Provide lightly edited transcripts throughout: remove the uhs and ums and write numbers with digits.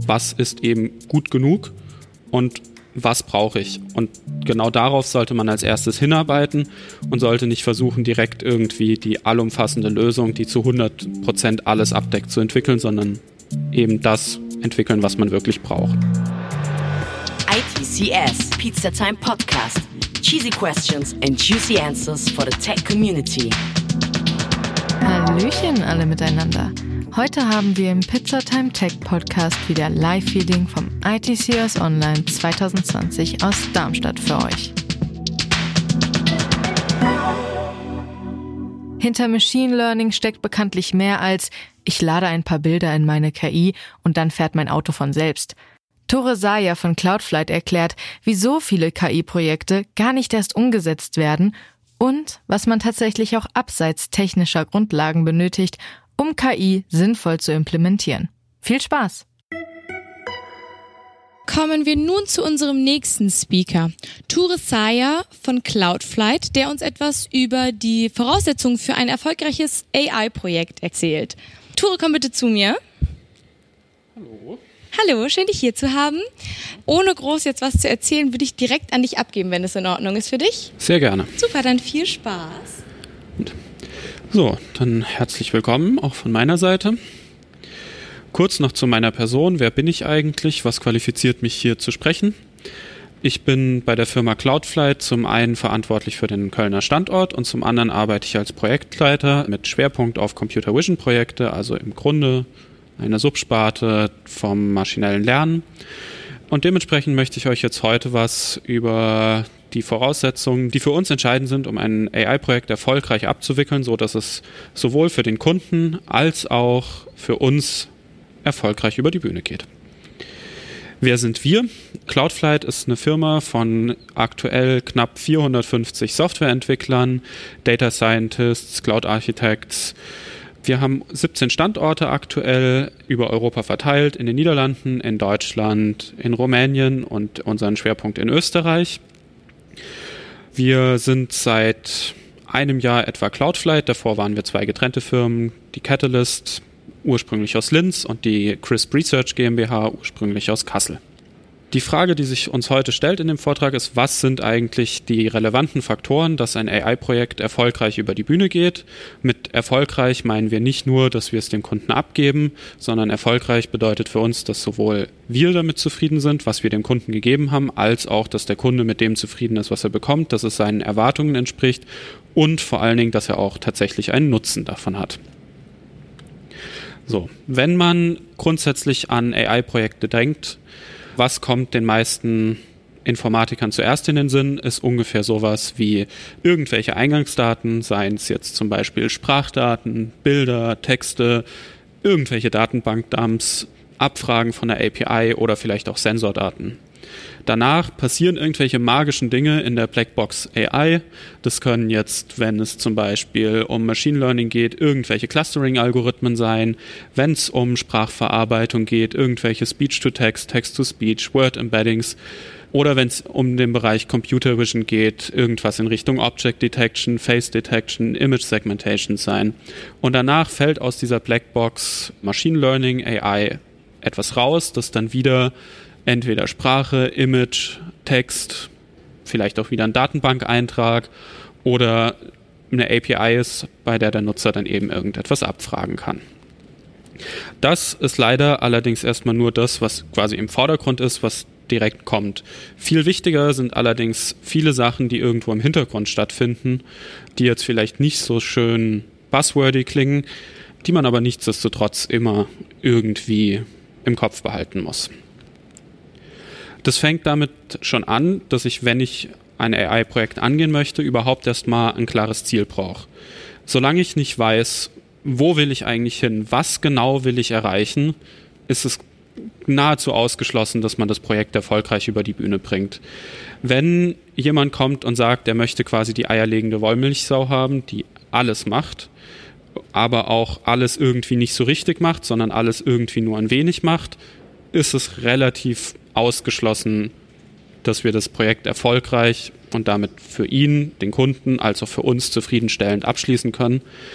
was ist eben gut genug und was brauche ich. Und genau darauf sollte man als erstes hinarbeiten und sollte nicht versuchen, direkt irgendwie die allumfassende Lösung, die zu 100% alles abdeckt, zu entwickeln, sondern eben das entwickeln, was man wirklich braucht. ITCS Pizza Time Podcast. Cheesy questions and juicy answers for the tech community. Hallöchen alle miteinander. Heute haben wir im Pizza Time Tech Podcast wieder Live-Feeding vom ITCS Online 2020 aus Darmstadt für euch. Hinter Machine Learning steckt bekanntlich mehr als ich lade ein paar Bilder in meine KI und dann fährt mein Auto von selbst. Tore Saya von Cloudflight erklärt, wieso viele KI-Projekte gar nicht erst umgesetzt werden und was man tatsächlich auch abseits technischer Grundlagen benötigt, um KI sinnvoll zu implementieren. Viel Spaß! Kommen wir nun zu unserem nächsten Speaker, Tore Saya von Cloudflight, der uns etwas über die Voraussetzungen für ein erfolgreiches AI-Projekt erzählt. Tore, komm bitte zu mir. Hallo. Hallo, schön dich hier zu haben. Ohne groß jetzt was zu erzählen, würde ich direkt an dich abgeben, wenn es in Ordnung ist für dich. Sehr gerne. Super, dann viel Spaß. So, dann herzlich willkommen, auch von meiner Seite. Kurz noch zu meiner Person. Wer bin ich eigentlich? Was qualifiziert mich hier zu sprechen? Ich bin bei der Firma Cloudflight zum einen verantwortlich für den Kölner Standort und zum anderen arbeite ich als Projektleiter mit Schwerpunkt auf Computer Vision Projekte, also im Grunde eine Subsparte vom maschinellen Lernen. Und dementsprechend möchte ich euch jetzt heute was über die Voraussetzungen, die für uns entscheidend sind, um ein AI-Projekt erfolgreich abzuwickeln, so dass es sowohl für den Kunden als auch für uns erfolgreich über die Bühne geht. Wer sind wir? Cloudflight ist eine Firma von aktuell knapp 450 Softwareentwicklern, Data Scientists, Cloud Architects. Wir haben 17 Standorte aktuell über Europa verteilt, in den Niederlanden, in Deutschland, in Rumänien und unseren Schwerpunkt in Österreich. Wir sind seit einem Jahr etwa Cloudflight, davor waren wir zwei getrennte Firmen, die Catalyst, ursprünglich aus Linz, und die Crisp Research GmbH, ursprünglich aus Kassel. Die Frage, die sich uns heute stellt in dem Vortrag, ist, was sind eigentlich die relevanten Faktoren, dass ein AI-Projekt erfolgreich über die Bühne geht? Mit erfolgreich meinen wir nicht nur, dass wir es dem Kunden abgeben, sondern erfolgreich bedeutet für uns, dass sowohl wir damit zufrieden sind, was wir dem Kunden gegeben haben, als auch, dass der Kunde mit dem zufrieden ist, was er bekommt, dass es seinen Erwartungen entspricht und vor allen Dingen, dass er auch tatsächlich einen Nutzen davon hat. So, wenn man grundsätzlich an AI-Projekte denkt, was kommt den meisten Informatikern zuerst in den Sinn, ist ungefähr sowas wie irgendwelche Eingangsdaten, seien es jetzt zum Beispiel Sprachdaten, Bilder, Texte, irgendwelche Datenbankdumps, Abfragen von der API oder vielleicht auch Sensordaten. Danach passieren irgendwelche magischen Dinge in der Blackbox AI. Das können jetzt, wenn es zum Beispiel um Machine Learning geht, irgendwelche Clustering-Algorithmen sein. Wenn es um Sprachverarbeitung geht, irgendwelche Speech-to-Text, Text-to-Speech, Word-Embeddings. Oder wenn es um den Bereich Computer Vision geht, irgendwas in Richtung Object Detection, Face Detection, Image Segmentation sein. Und danach fällt aus dieser Blackbox Machine Learning AI etwas raus, das dann wieder entweder Sprache, Image, Text, vielleicht auch wieder ein Datenbankeintrag oder eine API ist, bei der der Nutzer dann eben irgendetwas abfragen kann. Das ist leider allerdings erstmal nur das, was quasi im Vordergrund ist, was direkt kommt. Viel wichtiger sind allerdings viele Sachen, die irgendwo im Hintergrund stattfinden, die jetzt vielleicht nicht so schön buzzwordy klingen, die man aber nichtsdestotrotz immer irgendwie im Kopf behalten muss. Das fängt damit schon an, dass ich, wenn ich ein AI-Projekt angehen möchte, überhaupt erstmal ein klares Ziel brauche. Solange ich nicht weiß, wo will ich eigentlich hin, was genau will ich erreichen, ist es nahezu ausgeschlossen, dass man das Projekt erfolgreich über die Bühne bringt. Wenn jemand kommt und sagt, er möchte quasi die eierlegende Wollmilchsau haben, die alles macht, aber auch alles irgendwie nicht so richtig macht, sondern alles irgendwie nur ein wenig macht, ist es relativ ausgeschlossen, dass wir das Projekt erfolgreich und damit für ihn, den Kunden, als auch für uns zufriedenstellend abschließen können.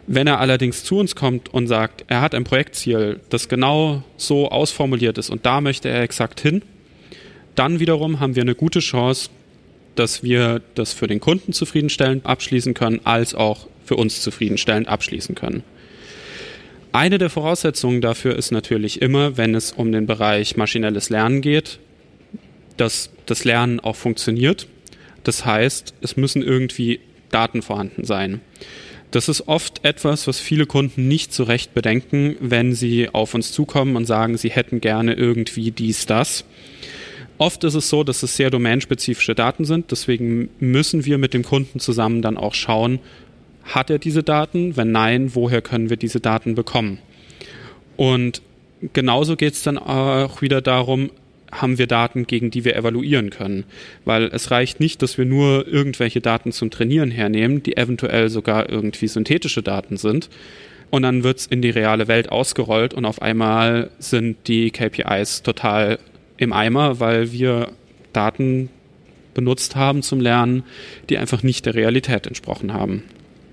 Wenn er allerdings zu uns kommt und sagt, er hat ein Projektziel, das genau so ausformuliert ist und da möchte er exakt hin, dann wiederum haben wir eine gute Chance, dass wir das für den Kunden zufriedenstellend abschließen können, als auch für uns zufriedenstellend abschließen können. Eine der Voraussetzungen dafür ist natürlich immer, wenn es um den Bereich maschinelles Lernen geht, dass das Lernen auch funktioniert. Das heißt, es müssen irgendwie Daten vorhanden sein. Das ist oft etwas, was viele Kunden nicht so recht bedenken, wenn sie auf uns zukommen und sagen, sie hätten gerne irgendwie dies, das. Oft ist es so, dass es sehr domainspezifische Daten sind. Deswegen müssen wir mit dem Kunden zusammen dann auch schauen, hat er diese Daten? Wenn nein, woher können wir diese Daten bekommen? Und genauso geht es dann auch wieder darum, haben wir Daten, gegen die wir evaluieren können. Weil es reicht nicht, dass wir nur irgendwelche Daten zum Trainieren hernehmen, die eventuell sogar irgendwie synthetische Daten sind. Und dann wird es in die reale Welt ausgerollt und auf einmal sind die KPIs total im Eimer, weil wir Daten benutzt haben zum Lernen, die einfach nicht der Realität entsprochen haben.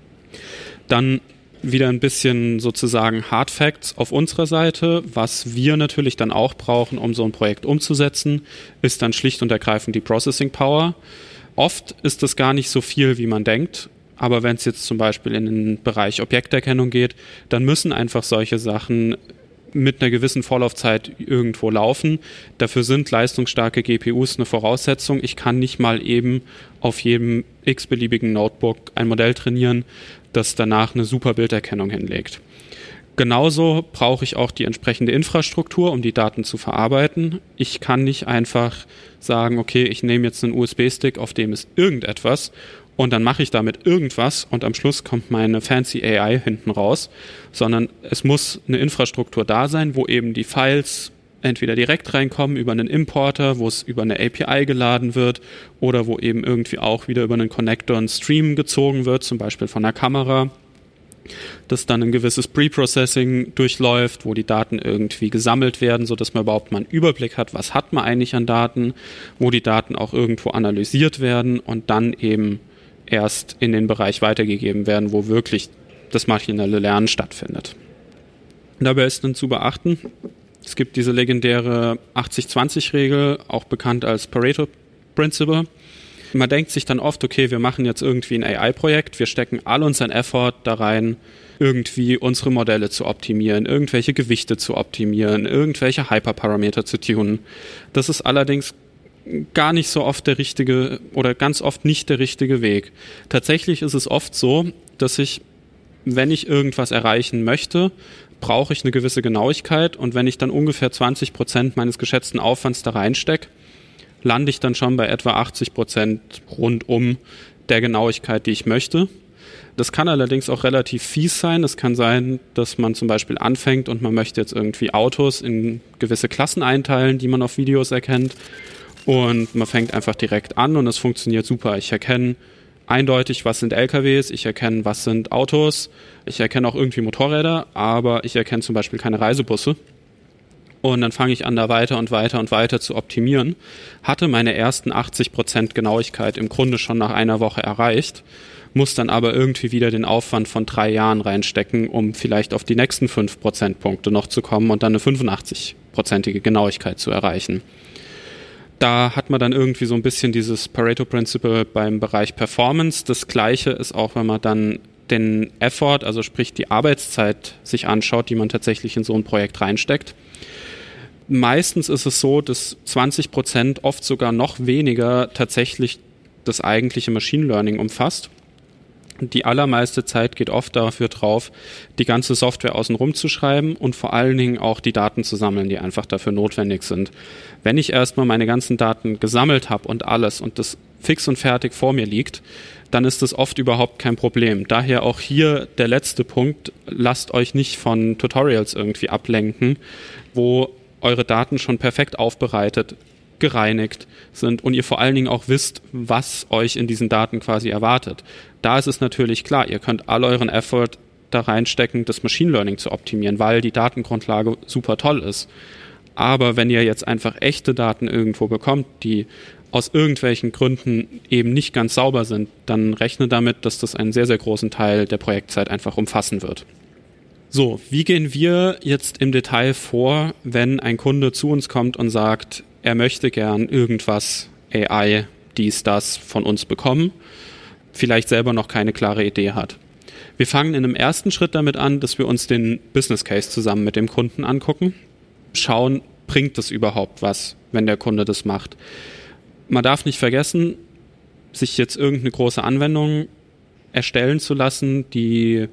Dann wieder ein bisschen sozusagen Hard Facts auf unserer Seite. Was wir natürlich dann auch brauchen, um so ein Projekt umzusetzen, ist dann schlicht und ergreifend die Processing Power. Oft ist das gar nicht so viel, wie man denkt. Aber wenn es jetzt zum Beispiel in den Bereich Objekterkennung geht, dann müssen einfach solche Sachen mit einer gewissen Vorlaufzeit irgendwo laufen. Dafür sind leistungsstarke GPUs eine Voraussetzung. Ich kann nicht mal eben auf jedem x-beliebigen Notebook ein Modell trainieren, das danach eine super Bilderkennung hinlegt. Genauso brauche ich auch die entsprechende Infrastruktur, um die Daten zu verarbeiten. Ich kann nicht einfach sagen, okay, ich nehme jetzt einen USB-Stick, auf dem ist irgendetwas und dann mache ich damit irgendwas und am Schluss kommt meine fancy AI hinten raus, sondern es muss eine Infrastruktur da sein, wo eben die Files entweder direkt reinkommen über einen Importer, wo es über eine API geladen wird oder wo eben irgendwie auch wieder über einen Connector ein Stream gezogen wird, zum Beispiel von der Kamera, dass dann ein gewisses Pre-Processing durchläuft, wo die Daten irgendwie gesammelt werden, sodass man überhaupt mal einen Überblick hat, was hat man eigentlich an Daten, wo die Daten auch irgendwo analysiert werden und dann eben erst in den Bereich weitergegeben werden, wo wirklich das maschinelle Lernen stattfindet. Dabei ist dann zu beachten, es gibt diese legendäre 80-20-Regel, auch bekannt als Pareto Principle. Man denkt sich dann oft, okay, wir machen jetzt irgendwie ein AI-Projekt, wir stecken all unseren Effort da rein, irgendwie unsere Modelle zu optimieren, irgendwelche Gewichte zu optimieren, irgendwelche Hyperparameter zu tunen. Das ist allerdings gar nicht so oft der richtige oder ganz oft nicht der richtige Weg. Tatsächlich ist es oft so, dass ich, wenn ich irgendwas erreichen möchte, brauche ich eine gewisse Genauigkeit und wenn ich dann ungefähr 20% meines geschätzten Aufwands da reinstecke, lande ich dann schon bei etwa 80% rundum der Genauigkeit, die ich möchte. Das kann allerdings auch relativ fies sein. Es kann sein, dass man zum Beispiel anfängt und man möchte jetzt irgendwie Autos in gewisse Klassen einteilen, die man auf Videos erkennt und man fängt einfach direkt an und es funktioniert super. Ich erkenne eindeutig, was sind LKWs, ich erkenne, was sind Autos, ich erkenne auch irgendwie Motorräder, aber ich erkenne zum Beispiel keine Reisebusse. Und dann fange ich an, da weiter und weiter und weiter zu optimieren. Hatte meine ersten 80% Genauigkeit im Grunde schon nach einer Woche erreicht, muss dann aber irgendwie wieder den Aufwand von 3 Jahren reinstecken, um vielleicht auf die nächsten 5 Prozentpunkte noch zu kommen und dann eine 85%ige Genauigkeit zu erreichen. Da hat man dann irgendwie so ein bisschen dieses Pareto-Principle beim Bereich Performance. Das Gleiche ist auch, wenn man dann den Effort, also sprich die Arbeitszeit sich anschaut, die man tatsächlich in so ein Projekt reinsteckt. Meistens ist es so, dass 20%, oft sogar noch weniger, tatsächlich das eigentliche Machine Learning umfasst. Die allermeiste Zeit geht oft dafür drauf, die ganze Software außenrum zu schreiben und vor allen Dingen auch die Daten zu sammeln, die einfach dafür notwendig sind. Wenn ich erstmal meine ganzen Daten gesammelt habe und alles und das fix und fertig vor mir liegt, dann ist das oft überhaupt kein Problem. Daher auch hier der letzte Punkt, lasst euch nicht von Tutorials irgendwie ablenken, wo eure Daten schon perfekt aufbereitet, gereinigt sind und ihr vor allen Dingen auch wisst, was euch in diesen Daten quasi erwartet. Da ist es natürlich klar, ihr könnt all euren Effort da reinstecken, das Machine Learning zu optimieren, weil die Datengrundlage super toll ist. Aber wenn ihr jetzt einfach echte Daten irgendwo bekommt, die aus irgendwelchen Gründen eben nicht ganz sauber sind, dann rechne damit, dass das einen sehr, sehr großen Teil der Projektzeit einfach umfassen wird. So, wie gehen wir jetzt im Detail vor, wenn ein Kunde zu uns kommt und sagt, er möchte gern irgendwas AI, dies, das von uns bekommen, vielleicht selber noch keine klare Idee hat? Wir fangen in einem ersten Schritt damit an, dass wir uns den Business Case zusammen mit dem Kunden angucken, schauen, bringt das überhaupt was, wenn der Kunde das macht? Man darf nicht vergessen, sich jetzt irgendeine große Anwendung erstellen zu lassen, die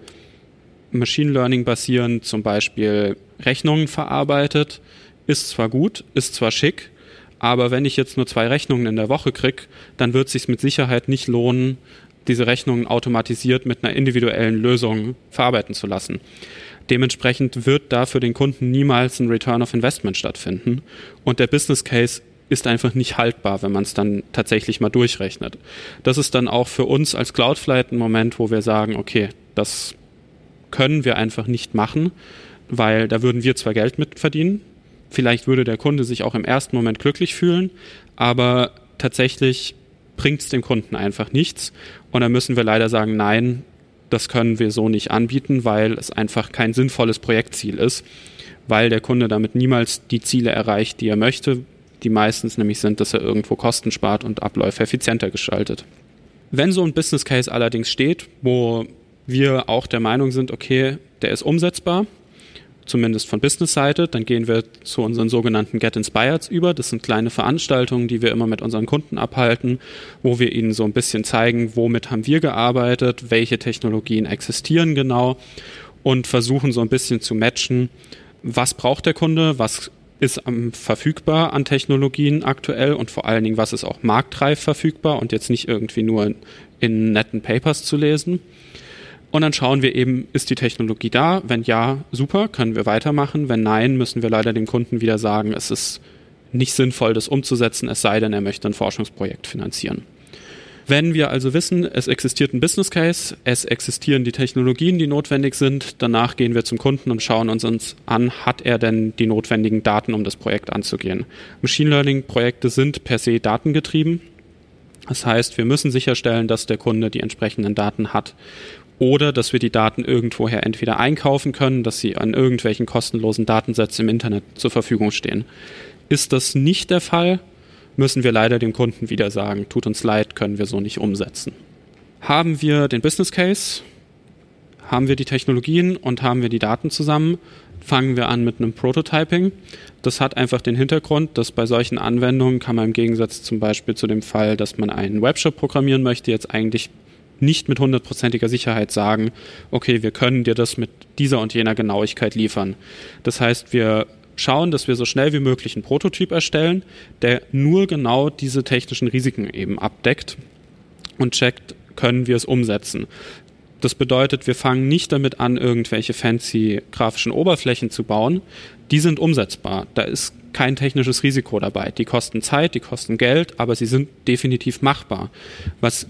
Machine Learning basierend zum Beispiel Rechnungen verarbeitet, ist zwar gut, ist zwar schick, aber wenn ich jetzt nur 2 Rechnungen in der Woche kriege, dann wird es sich mit Sicherheit nicht lohnen, diese Rechnungen automatisiert mit einer individuellen Lösung verarbeiten zu lassen. Dementsprechend wird da für den Kunden niemals ein Return of Investment stattfinden und der Business Case ist einfach nicht haltbar, wenn man es dann tatsächlich mal durchrechnet. Das ist dann auch für uns als Cloudflight ein Moment, wo wir sagen, okay, das können wir einfach nicht machen, weil da würden wir zwar Geld mit verdienen, vielleicht würde der Kunde sich auch im ersten Moment glücklich fühlen, aber tatsächlich bringt es dem Kunden einfach nichts und dann müssen wir leider sagen, nein, das können wir so nicht anbieten, weil es einfach kein sinnvolles Projektziel ist, weil der Kunde damit niemals die Ziele erreicht, die er möchte, die meistens nämlich sind, dass er irgendwo Kosten spart und Abläufe effizienter gestaltet. Wenn so ein Business Case allerdings steht, wo wir auch der Meinung sind, okay, der ist umsetzbar, zumindest von Business-Seite, dann gehen wir zu unseren sogenannten Get Inspireds über. Das sind kleine Veranstaltungen, die wir immer mit unseren Kunden abhalten, wo wir ihnen so ein bisschen zeigen, womit haben wir gearbeitet, welche Technologien existieren genau und versuchen so ein bisschen zu matchen, was braucht der Kunde, was ist verfügbar an Technologien aktuell und vor allen Dingen, was ist auch marktreif verfügbar und jetzt nicht irgendwie nur in netten Papers zu lesen. Und dann schauen wir eben, ist die Technologie da? Wenn ja, super, können wir weitermachen. Wenn nein, müssen wir leider dem Kunden wieder sagen, es ist nicht sinnvoll, das umzusetzen, es sei denn, er möchte ein Forschungsprojekt finanzieren. Wenn wir also wissen, es existiert ein Business Case, es existieren die Technologien, die notwendig sind, danach gehen wir zum Kunden und schauen uns an, hat er denn die notwendigen Daten, um das Projekt anzugehen. Machine Learning Projekte sind per se datengetrieben. Das heißt, wir müssen sicherstellen, dass der Kunde die entsprechenden Daten hat oder dass wir die Daten irgendwoher entweder einkaufen können, dass sie an irgendwelchen kostenlosen Datensätzen im Internet zur Verfügung stehen. Ist das nicht der Fall, müssen wir leider dem Kunden wieder sagen, tut uns leid, können wir so nicht umsetzen. Haben wir den Business Case, haben wir die Technologien und haben wir die Daten zusammen, fangen wir an mit einem Prototyping. Das hat einfach den Hintergrund, dass bei solchen Anwendungen kann man im Gegensatz zum Beispiel zu dem Fall, dass man einen Webshop programmieren möchte, jetzt eigentlich nicht mit 100%iger Sicherheit sagen, okay, wir können dir das mit dieser und jener Genauigkeit liefern. Das heißt, wir schauen, dass wir so schnell wie möglich einen Prototyp erstellen, der nur genau diese technischen Risiken eben abdeckt und checkt, können wir es umsetzen. Das bedeutet, wir fangen nicht damit an, irgendwelche fancy grafischen Oberflächen zu bauen. Die sind umsetzbar. Da ist kein technisches Risiko dabei. Die kosten Zeit, die kosten Geld, aber sie sind definitiv machbar. Was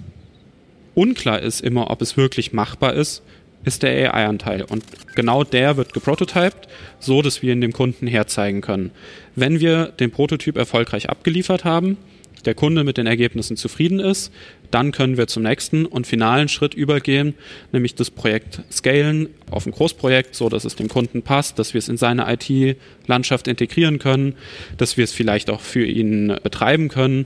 unklar ist immer, ob es wirklich machbar ist, ist der AI-Anteil. Und genau der wird geprototyped, so dass wir ihn dem Kunden herzeigen können. Wenn wir den Prototyp erfolgreich abgeliefert haben, der Kunde mit den Ergebnissen zufrieden ist, dann können wir zum nächsten und finalen Schritt übergehen, nämlich das Projekt scalen auf ein Großprojekt, so dass es dem Kunden passt, dass wir es in seine IT-Landschaft integrieren können, dass wir es vielleicht auch für ihn betreiben können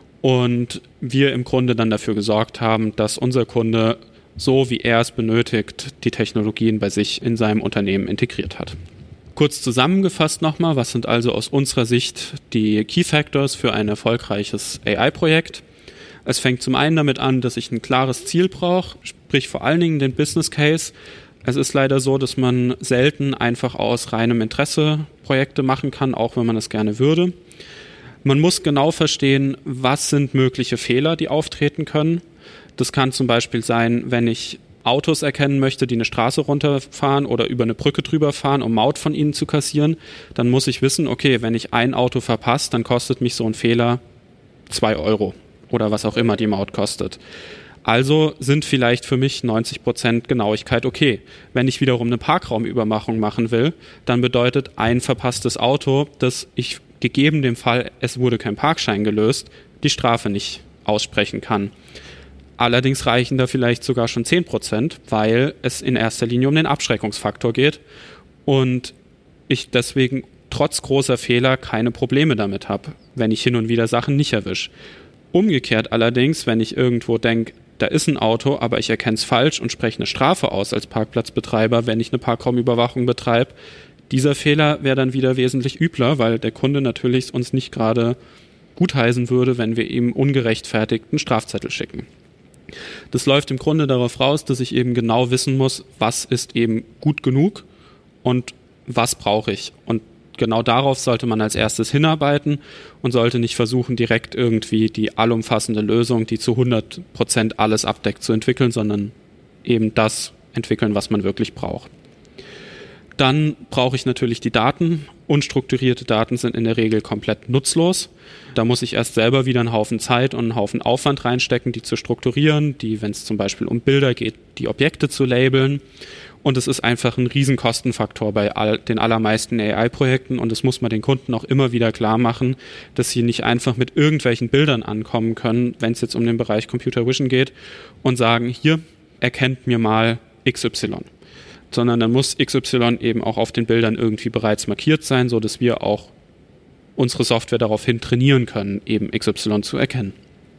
und wir im Grunde dann dafür gesorgt haben, dass unser Kunde, so wie er es benötigt, die Technologien bei sich in seinem Unternehmen integriert hat. Kurz zusammengefasst nochmal, was sind also aus unserer Sicht die Key Factors für ein erfolgreiches AI-Projekt? Es fängt zum einen damit an, dass ich ein klares Ziel brauche, sprich vor allen Dingen den Business Case. Es ist leider so, dass man selten einfach aus reinem Interesse Projekte machen kann, auch wenn man es gerne würde. Man muss genau verstehen, was sind mögliche Fehler, die auftreten können. Das kann zum Beispiel sein, wenn ich Autos erkennen möchte, die eine Straße runterfahren oder über eine Brücke drüber fahren, um Maut von ihnen zu kassieren, dann muss ich wissen, okay, wenn ich ein Auto verpasse, dann kostet mich so ein Fehler 2 € oder was auch immer die Maut kostet. Also sind vielleicht für mich 90% Genauigkeit okay. Wenn ich wiederum eine Parkraumüberwachung machen will, dann bedeutet ein verpasstes Auto, dass ich gegeben dem Fall, es wurde kein Parkschein gelöst, die Strafe nicht aussprechen kann. Allerdings reichen da vielleicht sogar schon 10%, weil es in erster Linie um den Abschreckungsfaktor geht und ich deswegen trotz großer Fehler keine Probleme damit habe, wenn ich hin und wieder Sachen nicht erwische. Umgekehrt allerdings, wenn ich irgendwo denke, da ist ein Auto, aber ich erkenne es falsch und spreche eine Strafe aus als Parkplatzbetreiber, wenn ich eine Parkraumüberwachung betreibe, dieser Fehler wäre dann wieder wesentlich übler, weil der Kunde natürlich uns nicht gerade gutheißen würde, wenn wir ihm ungerechtfertigten Strafzettel schicken. Das läuft im Grunde darauf raus, dass ich eben genau wissen muss, was ist eben gut genug und was brauche ich. Und genau darauf sollte man als erstes hinarbeiten und sollte nicht versuchen, direkt irgendwie die allumfassende Lösung, die zu 100% alles abdeckt, zu entwickeln, sondern eben das entwickeln, was man wirklich braucht. Dann brauche ich natürlich die Daten. Unstrukturierte Daten sind in der Regel komplett nutzlos. Da muss ich erst selber wieder einen Haufen Zeit und einen Haufen Aufwand reinstecken, die zu strukturieren, die, wenn es zum Beispiel um Bilder geht, die Objekte zu labeln. Und es ist einfach ein Riesenkostenfaktor bei den allermeisten AI-Projekten und das muss man den Kunden auch immer wieder klar machen, dass sie nicht einfach mit irgendwelchen Bildern ankommen können, wenn es jetzt um den Bereich Computer Vision geht und sagen, hier, erkennt mir mal XY. Sondern dann muss XY eben auch auf den Bildern irgendwie bereits markiert sein, so dass wir auch unsere Software daraufhin trainieren können, eben XY zu erkennen.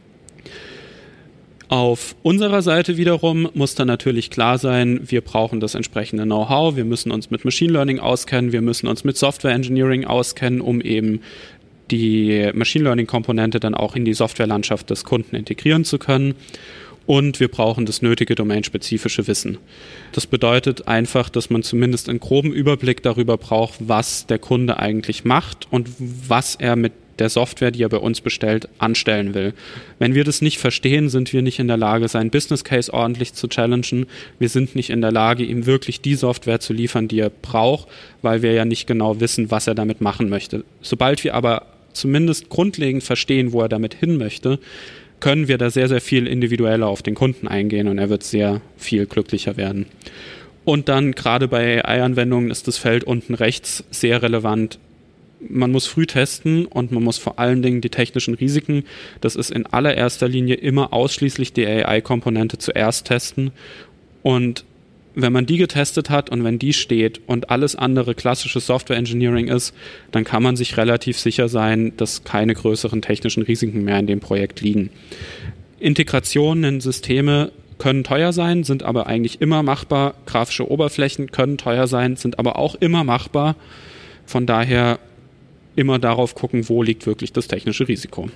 Auf unserer Seite wiederum muss dann natürlich klar sein, wir brauchen das entsprechende Know-how, wir müssen uns mit Machine Learning auskennen, wir müssen uns mit Software Engineering auskennen, um eben die Machine Learning-Komponente dann auch in die Softwarelandschaft des Kunden integrieren zu können. Und wir brauchen das nötige domainspezifische Wissen. Das bedeutet einfach, dass man zumindest einen groben Überblick darüber braucht, was der Kunde eigentlich macht und was er mit der Software, die er bei uns bestellt, anstellen will. Wenn wir das nicht verstehen, sind wir nicht in der Lage, seinen Business Case ordentlich zu challengen. Wir sind nicht in der Lage, ihm wirklich die Software zu liefern, die er braucht, weil wir ja nicht genau wissen, was er damit machen möchte. Sobald wir aber zumindest grundlegend verstehen, wo er damit hin möchte, können wir da sehr, sehr viel individueller auf den Kunden eingehen und er wird sehr viel glücklicher werden. Und dann gerade bei AI-Anwendungen ist das Feld unten rechts sehr relevant. Man muss früh testen und man muss vor allen Dingen die technischen Risiken, das ist in allererster Linie immer ausschließlich die AI-Komponente zuerst testen und wenn man die getestet hat und wenn die steht und alles andere klassisches Software Engineering ist, dann kann man sich relativ sicher sein, dass keine größeren technischen Risiken mehr in dem Projekt liegen. Integrationen in Systeme können teuer sein, sind aber eigentlich immer machbar. Grafische Oberflächen können teuer sein, sind aber auch immer machbar. Von daher immer darauf gucken, wo liegt wirklich das technische Risiko.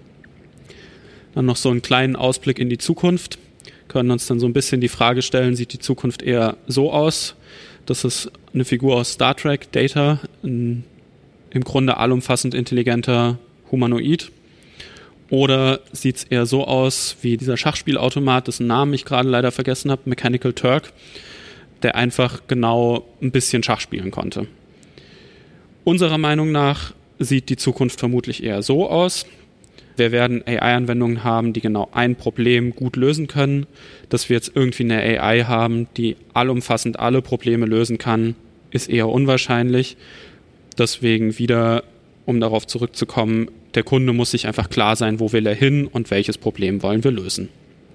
Dann noch so einen kleinen Ausblick in die Zukunft. Können uns dann so ein bisschen die Frage stellen, sieht die Zukunft eher so aus, dass es eine Figur aus Star Trek, Data, ein im Grunde allumfassend intelligenter Humanoid, oder sieht es eher so aus wie dieser Schachspielautomat, dessen Namen ich gerade leider vergessen habe, Mechanical Turk, der einfach genau ein bisschen Schach spielen konnte. Unserer Meinung nach sieht die Zukunft vermutlich eher so aus. Wir werden AI-Anwendungen haben, die genau ein Problem gut lösen können. Dass wir jetzt irgendwie eine AI haben, die allumfassend alle Probleme lösen kann, ist eher unwahrscheinlich. Deswegen wieder, um darauf zurückzukommen, der Kunde muss sich einfach klar sein, wo will er hin und welches Problem wollen wir lösen.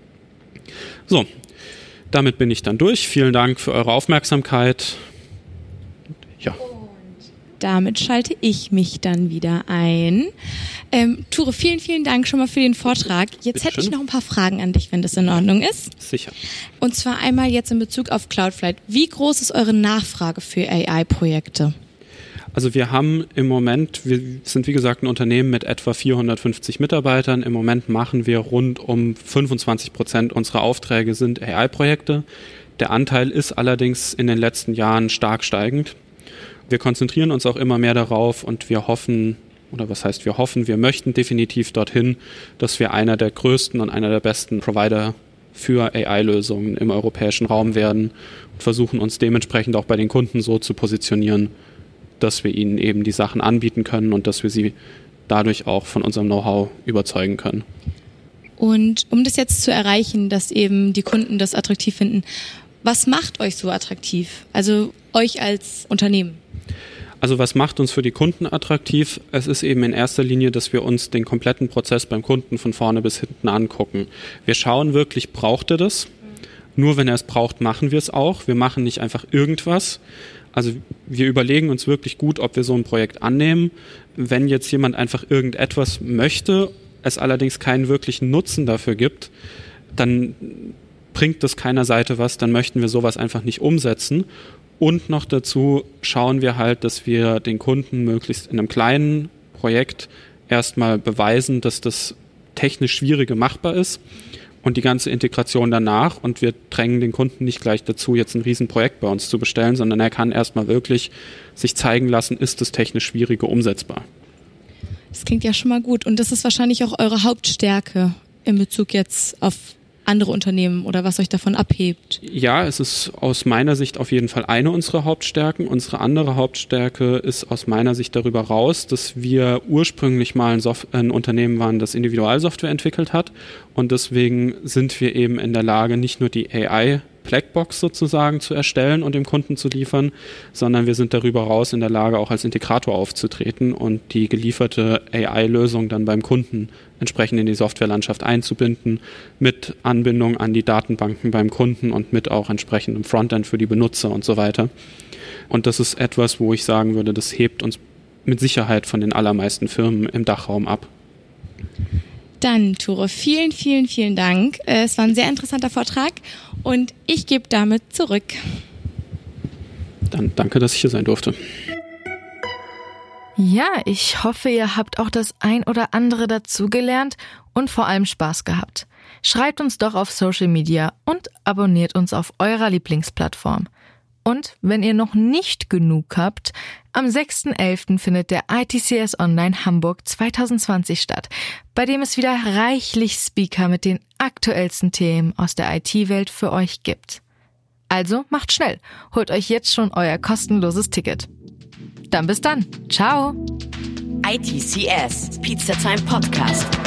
So, damit bin ich dann durch. Vielen Dank für eure Aufmerksamkeit. Ja. Damit schalte ich mich dann wieder ein. Ture, vielen, vielen Dank schon mal für den Vortrag. Jetzt hätte ich noch ein paar Fragen an dich, wenn das in Ordnung ist. Sicher. Und zwar einmal jetzt in Bezug auf Cloudflight. Wie groß ist eure Nachfrage für AI-Projekte? Also wir haben im Moment, wir sind wie gesagt ein Unternehmen mit etwa 450 Mitarbeitern. Im Moment machen wir rund um 25% unserer Aufträge sind AI-Projekte. Der Anteil ist allerdings in den letzten Jahren stark steigend. Wir konzentrieren uns auch immer mehr darauf und wir hoffen, oder was heißt wir hoffen, wir möchten definitiv dorthin, dass wir einer der größten und einer der besten Provider für AI-Lösungen im europäischen Raum werden und versuchen uns dementsprechend auch bei den Kunden so zu positionieren, dass wir ihnen eben die Sachen anbieten können und dass wir sie dadurch auch von unserem Know-how überzeugen können. Und um das jetzt zu erreichen, dass eben die Kunden das attraktiv finden, was macht euch so attraktiv? Also euch als Unternehmen? Also was macht uns für die Kunden attraktiv? Es ist eben in erster Linie, dass wir uns den kompletten Prozess beim Kunden von vorne bis hinten angucken. Wir schauen wirklich, braucht er das? Nur wenn er es braucht, machen wir es auch. Wir machen nicht einfach irgendwas. Also wir überlegen uns wirklich gut, ob wir so ein Projekt annehmen. Wenn jetzt jemand einfach irgendetwas möchte, es allerdings keinen wirklichen Nutzen dafür gibt, dann bringt das keiner Seite was, dann möchten wir sowas einfach nicht umsetzen. Und noch dazu schauen wir halt, dass wir den Kunden möglichst in einem kleinen Projekt erstmal beweisen, dass das technisch Schwierige machbar ist und die ganze Integration danach. Und wir drängen den Kunden nicht gleich dazu, jetzt ein Riesenprojekt bei uns zu bestellen, sondern er kann erstmal wirklich sich zeigen lassen, ist das technisch Schwierige umsetzbar. Das klingt ja schon mal gut. Und das ist wahrscheinlich auch eure Hauptstärke in Bezug jetzt auf andere Unternehmen oder was euch davon abhebt? Ja, es ist aus meiner Sicht auf jeden Fall eine unserer Hauptstärken. Unsere andere Hauptstärke ist aus meiner Sicht darüber raus, dass wir ursprünglich mal ein Unternehmen waren, das Individualsoftware entwickelt hat. Und deswegen sind wir eben in der Lage, nicht nur die AI-Blackbox sozusagen zu erstellen und dem Kunden zu liefern, sondern wir sind darüber raus in der Lage, auch als Integrator aufzutreten und die gelieferte AI-Lösung dann beim Kunden entsprechend in die Softwarelandschaft einzubinden, mit Anbindung an die Datenbanken beim Kunden und mit auch entsprechendem Frontend für die Benutzer und so weiter. Und das ist etwas, wo ich sagen würde, das hebt uns mit Sicherheit von den allermeisten Firmen im Dachraum ab. Dann, Tore, vielen, vielen, vielen Dank. Es war ein sehr interessanter Vortrag und ich gebe damit zurück. Dann danke, dass ich hier sein durfte. Ja, ich hoffe, ihr habt auch das ein oder andere dazugelernt und vor allem Spaß gehabt. Schreibt uns doch auf Social Media und abonniert uns auf eurer Lieblingsplattform. Und wenn ihr noch nicht genug habt, am 6.11. findet der ITCS Online Hamburg 2020 statt, bei dem es wieder reichlich Speaker mit den aktuellsten Themen aus der IT-Welt für euch gibt. Also macht schnell, holt euch jetzt schon euer kostenloses Ticket. Dann bis dann. Ciao. ITCS, Pizza Time Podcast.